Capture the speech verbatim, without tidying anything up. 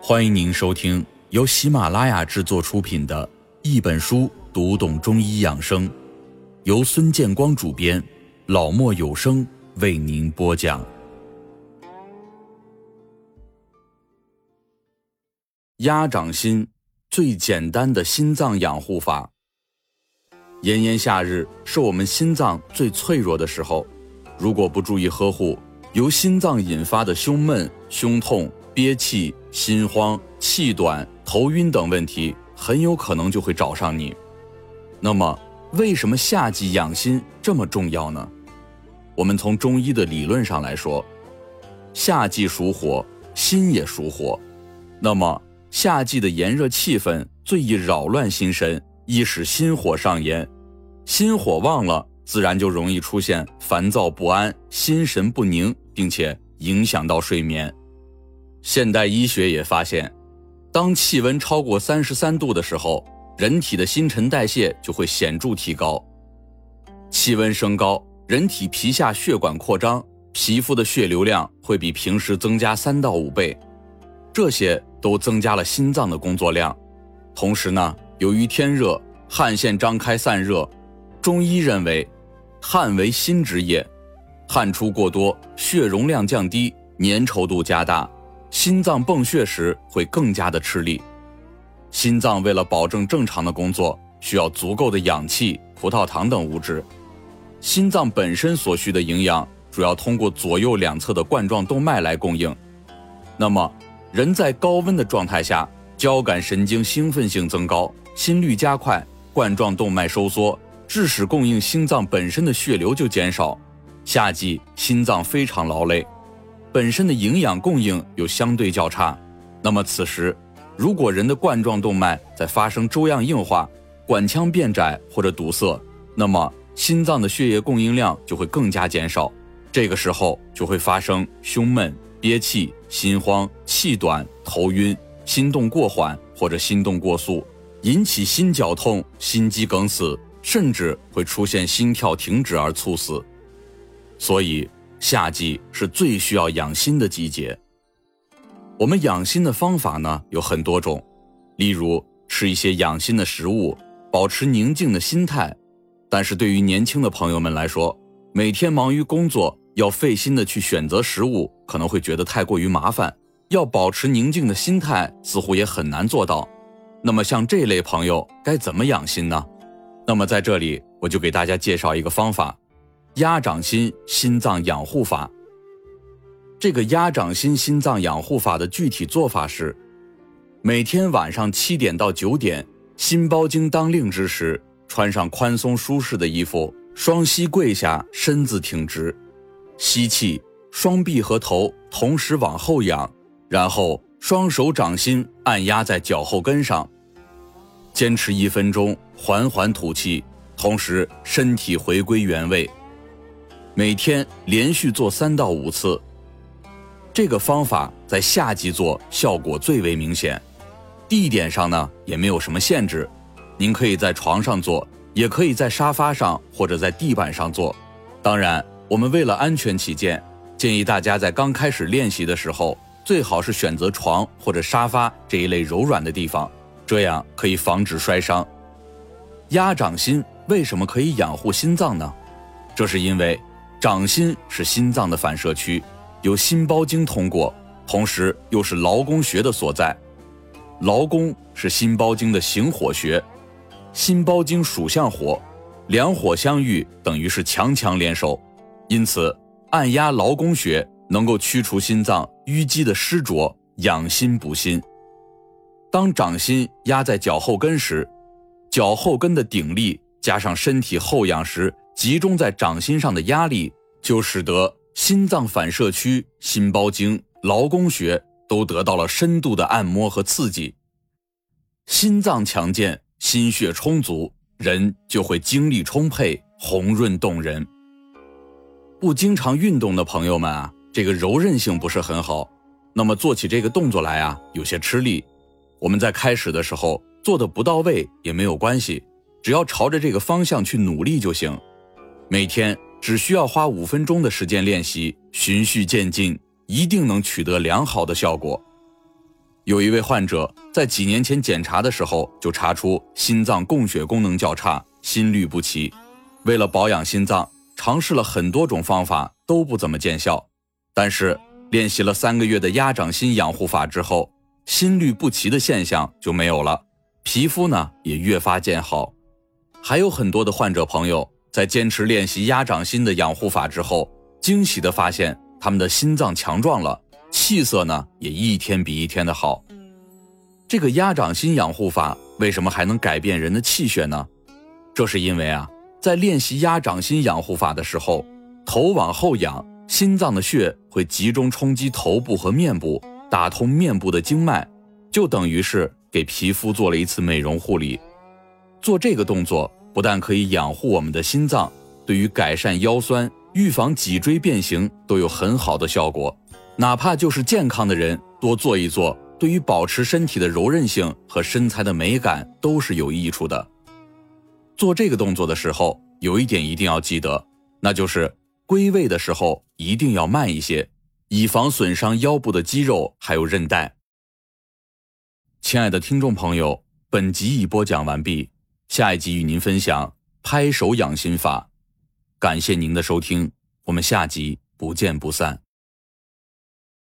欢迎您收听由喜马拉雅制作出品的一本书读懂中医养生，由孙建光主编，老莫有声为您播讲。压掌心，最简单的心脏养护法。炎炎夏日是我们心脏最脆弱的时候，如果不注意呵护，由心脏引发的胸闷、胸痛、憋气、心慌、气短、头晕等问题很有可能就会找上你。那么为什么夏季养心这么重要呢？我们从中医的理论上来说，夏季属火，心也属火，那么夏季的炎热气氛最易扰乱心神，易使心火上炎，心火旺了，自然就容易出现烦躁不安、心神不宁，并且影响到睡眠。现代医学也发现，当气温超过三十三度的时候，人体的新陈代谢就会显著提高。气温升高，人体皮下血管扩张，皮肤的血流量会比平时增加三到五倍，这些都增加了心脏的工作量。同时呢，由于天热，汗腺张开散热，中医认为汗为心之液，汗出过多，血容量降低，粘稠度加大，心脏泵血时会更加的吃力。心脏为了保证正常的工作，需要足够的氧气、葡萄糖等物质。心脏本身所需的营养主要通过左右两侧的冠状动脉来供应。那么人在高温的状态下，交感神经兴奋性增高，心率加快，冠状动脉收缩，致使供应心脏本身的血流就减少。夏季心脏非常劳累，本身的营养供应又相对较差，那么此时如果人的冠状动脉在发生粥样硬化、管腔变窄或者堵塞，那么心脏的血液供应量就会更加减少，这个时候就会发生胸闷、憋气、心慌、气短、头晕、心动过缓或者心动过速，引起心绞痛、心肌梗死，甚至会出现心跳停止而猝死。所以夏季是最需要养心的季节。我们养心的方法呢有很多种，例如吃一些养心的食物，保持宁静的心态。但是对于年轻的朋友们来说，每天忙于工作，要费心的去选择食物，可能会觉得太过于麻烦，要保持宁静的心态似乎也很难做到。那么像这类朋友该怎么养心呢？那么在这里我就给大家介绍一个方法，压掌心心脏养护法。这个压掌心心脏养护法的具体做法是，每天晚上七点到九点，心包经当令之时，穿上宽松舒适的衣服，双膝跪下，身子挺直，吸气，双臂和头同时往后仰，然后双手掌心按压在脚后跟上，坚持一分钟，缓缓吐气，同时身体回归原位。每天连续做三到五次。这个方法在夏季做效果最为明显，地点上呢也没有什么限制，您可以在床上做，也可以在沙发上或者在地板上做。当然我们为了安全起见，建议大家在刚开始练习的时候，最好是选择床或者沙发这一类柔软的地方，这样可以防止摔伤。压掌心为什么可以养护心脏呢？这是因为掌心是心脏的反射区，由心包经通过，同时又是劳宫穴的所在。劳宫是心包经的行火穴，心包经属相火，两火相遇等于是强强联手，因此按压劳宫穴能够驱除心脏淤积的湿浊，养心补心。当掌心压在脚后跟时，脚后跟的顶力加上身体后仰时集中在掌心上的压力，就使得心脏反射区、心包经、劳宫穴都得到了深度的按摩和刺激。心脏强健，心血充足，人就会精力充沛，红润动人。不经常运动的朋友们啊，这个柔韧性不是很好，那么做起这个动作来啊，有些吃力。我们在开始的时候做得不到位也没有关系，只要朝着这个方向去努力就行。每天只需要花五分钟的时间练习，循序渐进，一定能取得良好的效果。 有一位患者在几年前检查的时候就查出心脏供血功能较差，心律不齐。为了保养心脏，尝试了很多种方法都不怎么见效，但是练习了三个月的鸭掌心养护法之后，心律不齐的现象就没有了，皮肤呢也越发见好。还有很多的患者朋友在坚持练习鸭掌心的养护法之后，惊喜地发现他们的心脏强壮了，气色呢也一天比一天的好。这个鸭掌心养护法为什么还能改变人的气血呢？这是因为啊，在练习鸭掌心养护法的时候，头往后仰，心脏的血会集中冲击头部和面部，打通面部的经脉，就等于是给皮肤做了一次美容护理。做这个动作不但可以养护我们的心脏，对于改善腰酸、预防脊椎变形都有很好的效果。哪怕就是健康的人多做一做，对于保持身体的柔韧性和身材的美感都是有益处的。做这个动作的时候，有一点一定要记得，那就是归位的时候一定要慢一些，以防损伤腰部的肌肉还有韧带。亲爱的听众朋友，本集已播讲完毕，下一集与您分享拍手养心法。感谢您的收听，我们下集不见不散。